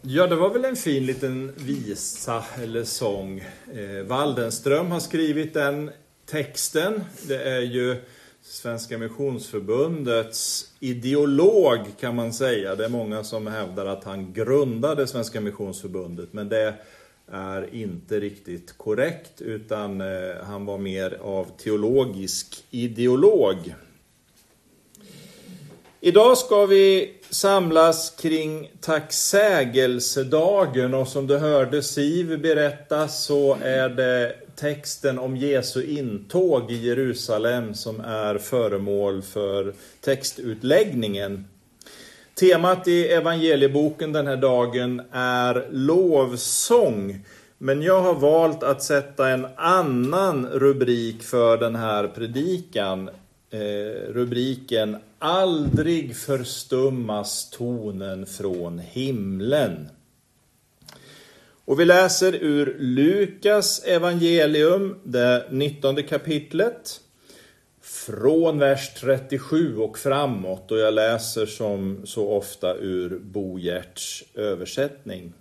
Ja, det var väl en fin liten visa eller sång. Waldenström har skrivit den texten. Det är ju Svenska Missionsförbundets ideolog, kan man säga. Det är många som hävdar att han grundade Svenska Missionsförbundet, men det är inte riktigt korrekt, utan han var mer av teologisk ideolog. Idag ska vi samlas kring tacksägelsedagen, och som du hörde Siv berätta så är det texten om Jesu intåg i Jerusalem som är föremål för textutläggningen. Temat i evangelieboken den här dagen är lovsång, men jag har valt att sätta en annan rubrik för den här predikan. Rubriken "Aldrig förstummas tonen från himlen". Och vi läser ur Lukas evangelium, det 19:e kapitlet, från vers 37 och framåt. Och jag läser som så ofta ur Bo Giertz översättning.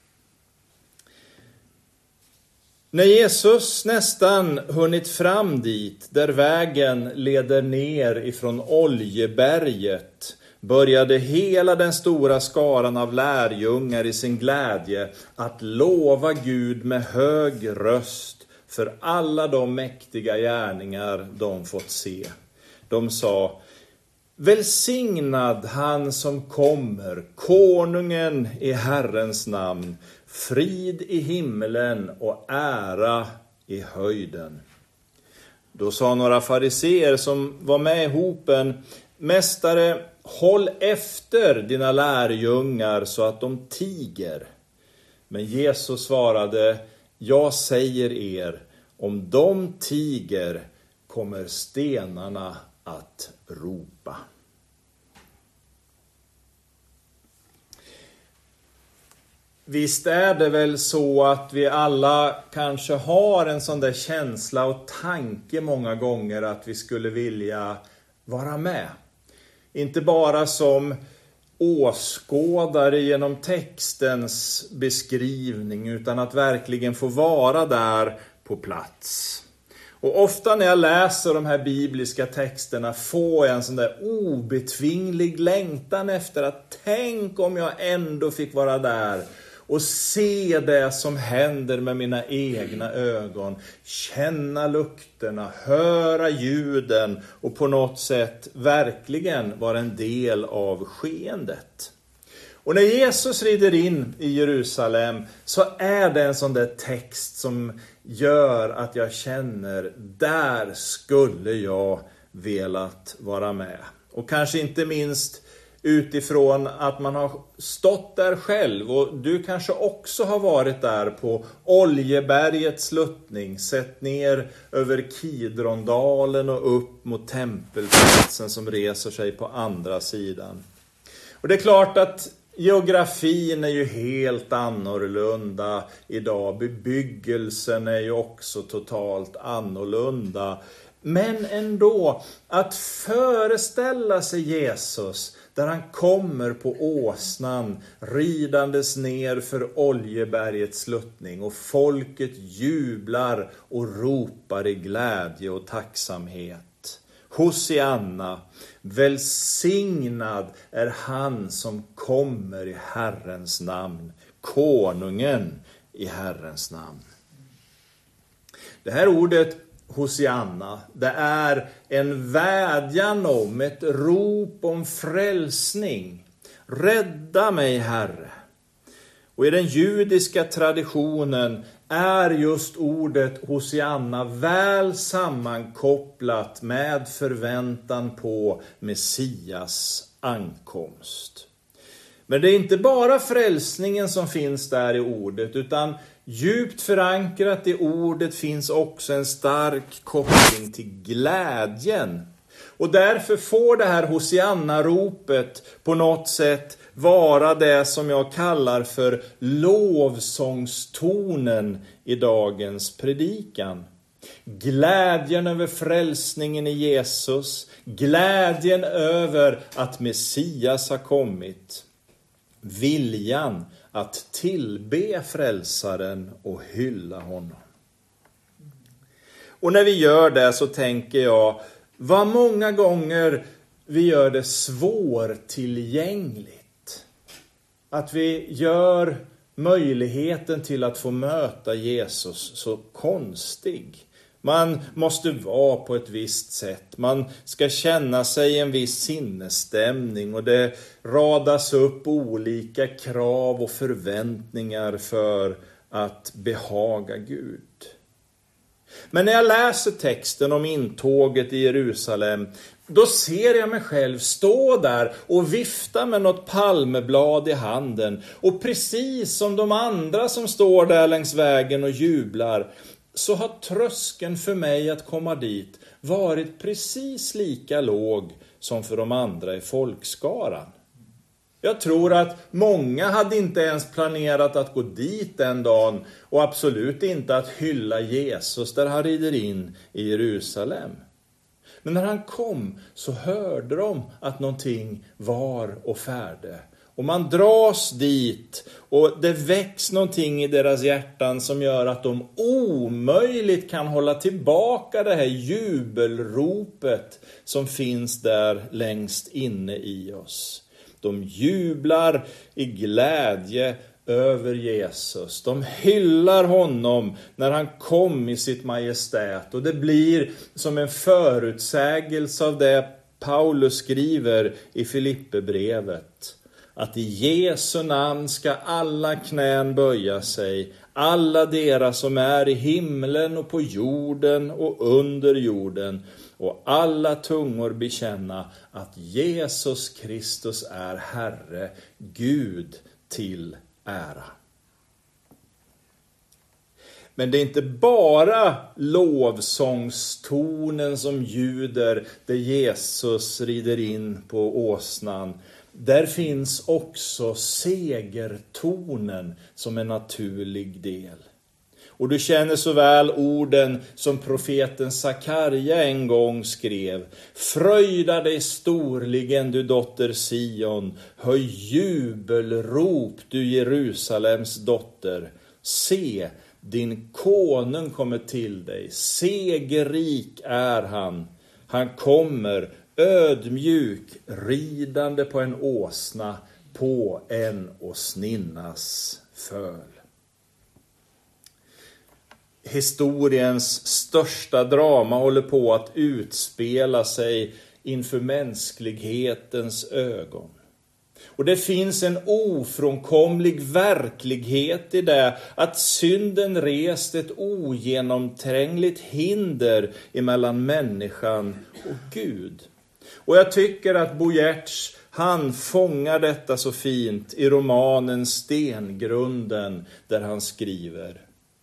När Jesus nästan hunnit fram dit, där vägen leder ner ifrån Oljeberget, började hela den stora skaran av lärjungar i sin glädje att lova Gud med hög röst för alla de mäktiga gärningar de fått se. De sa: "Välsignad han som kommer, konungen i Herrens namn, frid i himmelen och ära i höjden." Då sa några fariseer som var med i hopen: "Mästare, håll efter dina lärjungar så att de tiger." Men Jesus svarade: "Jag säger er, om de tiger kommer stenarna att ropa." Visst är det väl så att vi alla kanske har en sån där känsla och tanke många gånger att vi skulle vilja vara med. Inte bara som åskådare genom textens beskrivning, utan att verkligen få vara där på plats. Och ofta när jag läser de här bibliska texterna får jag en sån där obetvinglig längtan efter att tänk om jag ändå fick vara där och se det som händer med mina egna ögon, känna lukterna, höra ljuden och på något sätt verkligen vara en del av skeendet. Och när Jesus rider in i Jerusalem så är det en sån där text som gör att jag känner, där skulle jag velat vara med. Och kanske inte minst utifrån att man har stått där själv, och du kanske också har varit där på Oljebergets sluttning, sett ner över Kidrondalen och upp mot tempelplatsen som reser sig på andra sidan. Och det är klart att geografin är ju helt annorlunda idag. Bebyggelsen är ju också totalt annorlunda. Men ändå, att föreställa sig Jesus där han kommer på åsnan ridandes ner för Oljebergets sluttning, och folket jublar och ropar i glädje och tacksamhet. Hosianna, välsignad är han som kommer i Herrens namn, konungen i Herrens namn. Det här ordet Hosianna, det är en vädjan om, ett rop om frälsning. Rädda mig, Herre. Och i den judiska traditionen är just ordet Hosianna väl sammankopplat med förväntan på Messias ankomst. Men det är inte bara frälsningen som finns där i ordet, utan djupt förankrat i ordet finns också en stark koppling till glädjen. Och därför får det här Hosianna-ropet på något sätt vara det som jag kallar för lovsångstonen i dagens predikan. Glädjen över frälsningen i Jesus, glädjen över att Messias har kommit. viljan att tillbe frälsaren och hylla honom. Och när vi gör det så tänker jag, vad många gånger vi gör det svårtillgängligt. Att vi gör möjligheten till att få möta Jesus så konstig. Man måste vara på ett visst sätt. Man ska känna sig i en viss sinnesstämning. Och det radas upp olika krav och förväntningar för att behaga Gud. Men när jag läser texten om intåget i Jerusalem, då ser jag mig själv stå där och vifta med något palmeblad i handen. Och precis som de andra som står där längs vägen och jublar, så har tröskeln för mig att komma dit varit precis lika låg som för de andra i folkskaran. Jag tror att många hade inte ens planerat att gå dit den dagen och absolut inte att hylla Jesus där han rider in i Jerusalem. Men när han kom så hörde de att någonting var och färde. Och man dras dit och det väcks någonting i deras hjärtan som gör att de omöjligt kan hålla tillbaka det här jubelropet som finns där längst inne i oss. De jublar i glädje över Jesus. De hyllar honom när han kom i sitt majestät. Och det blir som en förutsägelse av det Paulus skriver i Filipperbrevet. Att i Jesu namn ska alla knän böja sig. Alla deras som är i himlen och på jorden och under jorden. Och alla tungor bekänna att Jesus Kristus är Herre, Gud till ära. Men det är inte bara lovsångstonen som ljuder där Jesus rider in på åsnan. Där finns också segertonen som en naturlig del. Och du känner så väl orden som profeten Sakarja en gång skrev. Fröjda dig storligen, du dotter Sion. Höj jubelrop, du Jerusalems dotter. Se, din konung kommer till dig. Segerrik är han. Han kommer ödmjuk, ridande på en åsna, på en åsninnas föl. Historiens största drama håller på att utspela sig inför mänsklighetens ögon. Och det finns en ofrånkomlig verklighet i det att synden rest ett ogenomträngligt hinder emellan människan och Gud. Och jag tycker att Bo Giertz, han fångar detta så fint i romanen Stengrunden där han skriver: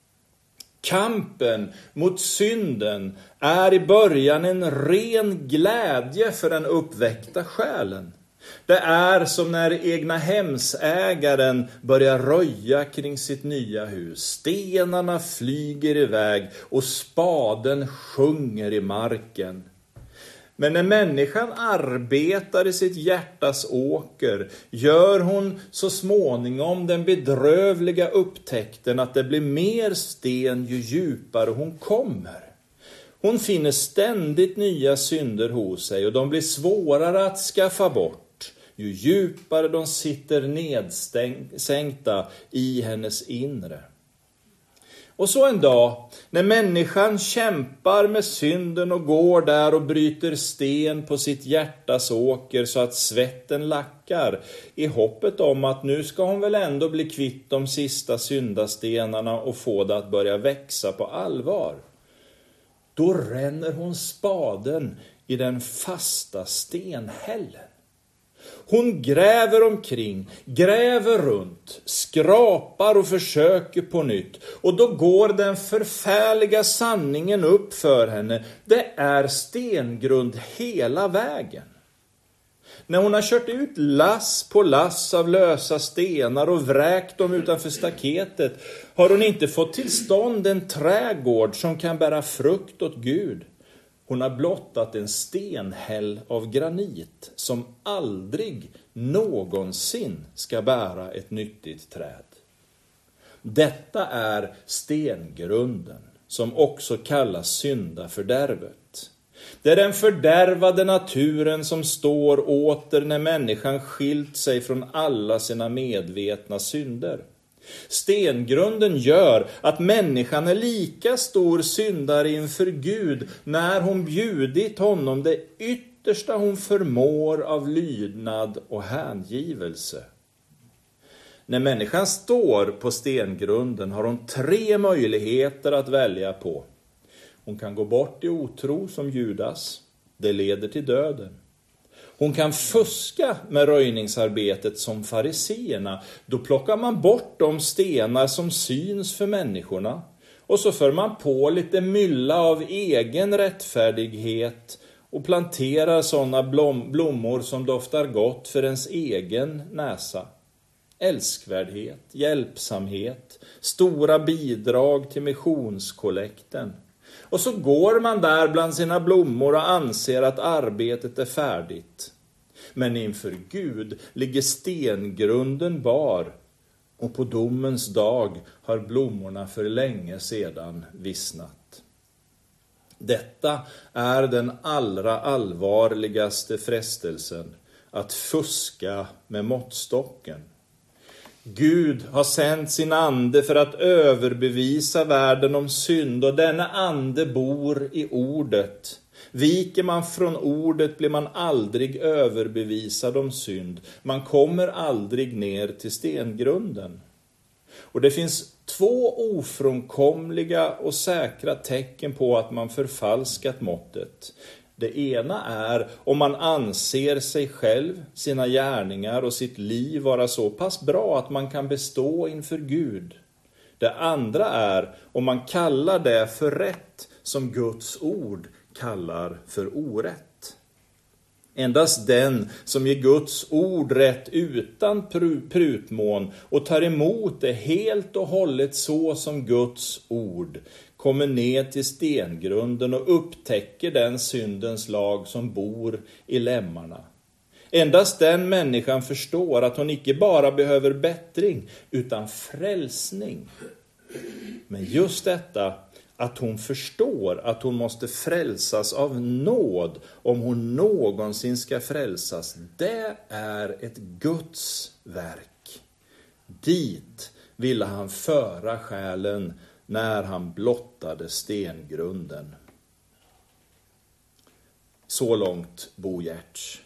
kampen mot synden är i början en ren glädje för den uppväckta själen. Det är som när egna hemsägaren börjar röja kring sitt nya hus. Stenarna flyger iväg och spaden sjunger i marken. Men när människan arbetar i sitt hjärtas åker gör hon så småningom den bedrövliga upptäckten att det blir mer sten ju djupare hon kommer. Hon finner ständigt nya synder hos sig och de blir svårare att skaffa bort ju djupare de sitter nedsänkta i hennes inre. Och så en dag, när människan kämpar med synden och går där och bryter sten på sitt hjärtas åker så att svetten lackar, i hoppet om att nu ska hon väl ändå bli kvitt de sista syndastenarna och få det att börja växa på allvar. Då ränner hon spaden i den fasta stenhällen. Hon gräver omkring, gräver runt, skrapar och försöker på nytt. Och då går den förfärliga sanningen upp för henne. Det är stengrund hela vägen. När hon har kört ut lass på lass av lösa stenar och vräkt dem utanför staketet har hon inte fått till stånd en trädgård som kan bära frukt åt Gud. Hon har blottat en stenhäll av granit som aldrig någonsin ska bära ett nyttigt träd. Detta är stengrunden, som också kallas syndafördärvet. Det är den fördärvade naturen som står åter när människan skilt sig från alla sina medvetna synder. Stengrunden gör att människan är lika stor syndare inför Gud när hon bjudit honom det yttersta hon förmår av lydnad och hängivelse. När människan står på stengrunden har hon 3 möjligheter att välja på. Hon kan gå bort i otro som Judas. Det leder till döden. Hon kan fuska med röjningsarbetet som fariseerna. Då plockar man bort de stenar som syns för människorna. Och så för man på lite mylla av egen rättfärdighet och planterar sådana blommor som doftar gott för ens egen näsa. Älskvärdhet, hjälpsamhet, stora bidrag till missionskollekten. Och så går man där bland sina blommor och anser att arbetet är färdigt. Men inför Gud ligger stengrunden bar, och på domens dag har blommorna för länge sedan vissnat. Detta är den allra allvarligaste frestelsen, att fuska med måttstocken. Gud har sänt sin ande för att överbevisa världen om synd, och denna ande bor i ordet. Viker man från ordet blir man aldrig överbevisad om synd. Man kommer aldrig ner till stengrunden. Och det finns 2 ofrånkomliga och säkra tecken på att man förfalskat måttet. Det ena är om man anser sig själv, sina gärningar och sitt liv vara så pass bra att man kan bestå inför Gud. Det andra är om man kallar det för rätt som Guds ord kallar för orätt. Endast den som ger Guds ord rätt utan prutmån och tar emot det helt och hållet så som Guds ord kommer ner till stengrunden och upptäcker den syndens lag som bor i lemmarna. Endast den människan förstår att hon inte bara behöver bättring utan frälsning. Men just detta att hon förstår att hon måste frälsas av nåd om hon någonsin ska frälsas, det är ett Guds verk. Dit ville han föra själen när han blottade stengrunden. Så långt Bo Giertz.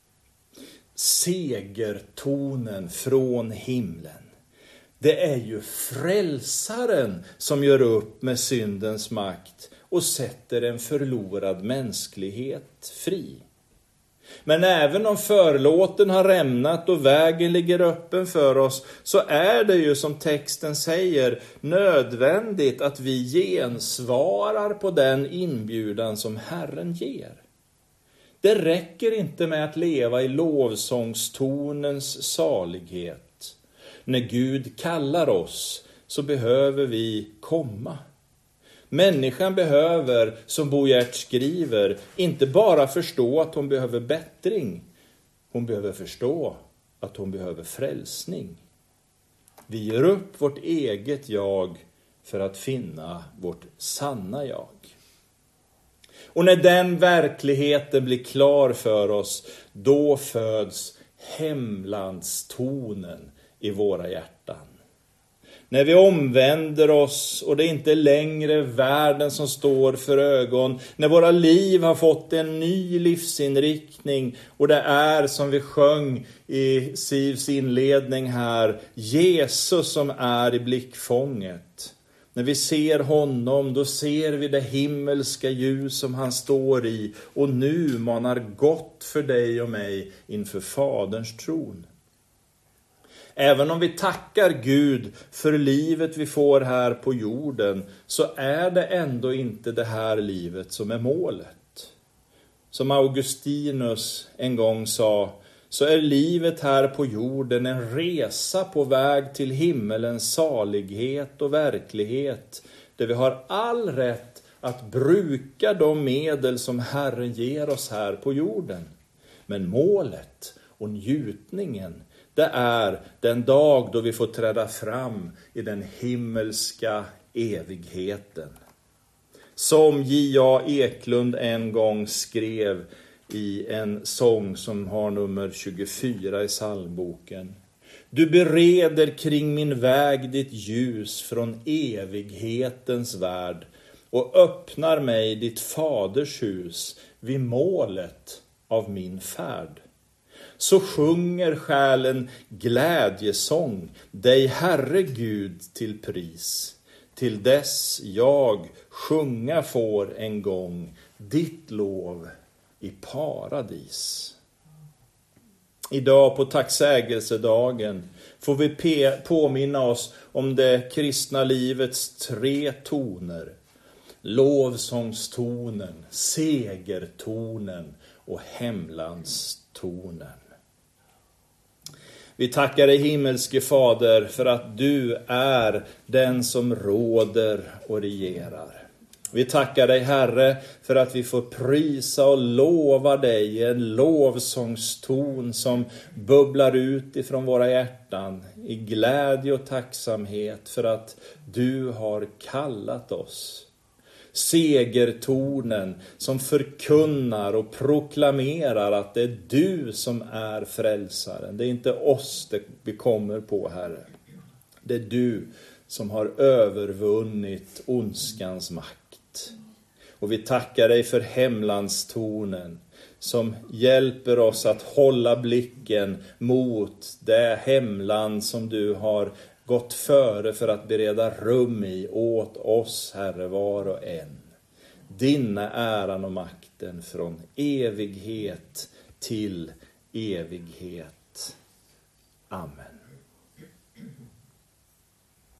Segertonen från himlen. Det är ju frälsaren som gör upp med syndens makt och sätter en förlorad mänsklighet fri. Men även om förlåten har rämnat och vägen ligger öppen för oss, så är det ju som texten säger nödvändigt att vi gensvarar på den inbjudan som Herren ger. Det räcker inte med att leva i lovsångstonens salighet. När Gud kallar oss så behöver vi komma. Människan behöver, som Bo Giertz skriver, inte bara förstå att hon behöver bättring. Hon behöver förstå att hon behöver frälsning. Vi ger upp vårt eget jag för att finna vårt sanna jag. Och när den verkligheten blir klar för oss, då föds hemlandstonen i våra hjärtan. När vi omvänder oss och det inte längre är världen som står för ögon. När våra liv har fått en ny livsinriktning och det är som vi sjöng i Sivs inledning här, Jesus som är i blickfånget. När vi ser honom, då ser vi det himmelska ljus som han står i och nu manar gott för dig och mig inför Faderns tron. Även om vi tackar Gud för livet vi får här på jorden, så är det ändå inte det här livet som är målet. Som Augustinus en gång sa, så är livet här på jorden en resa på väg till himmelens salighet och verklighet, där vi har all rätt att bruka de medel som Herren ger oss här på jorden. Men målet och njutningen, det är den dag då vi får träda fram i den himmelska evigheten. Som J.A. Eklund en gång skrev i en sång som har nummer 24 i psalmboken. Du bereder kring min väg ditt ljus från evighetens värld och öppnar mig ditt faders hus vid målet av min färd. Så sjunger själen glädjesång dig Herre Gud till pris. Till dess jag sjunga får en gång ditt lov i paradis. Idag på tacksägelsedagen får vi påminna oss om det kristna livets 3 toner. Lovsångstonen, segertonen och hemlandstonen. Vi tackar dig himmelske Fader för att du är den som råder och regerar. Vi tackar dig Herre för att vi får prisa och lova dig i en lovsångston som bubblar ut ifrån våra hjärtan i glädje och tacksamhet för att du har kallat oss. Segertonen som förkunnar och proklamerar att det är du som är frälsaren. Det är inte oss det vi kommer på, Herre. Det är du som har övervunnit ondskans makt. Och vi tackar dig för hemlandstonen som hjälper oss att hålla blicken mot det hemland som du har gått före för att bereda rum i åt oss, Herre, var och en. Dina äran och makten från evighet till evighet. Amen.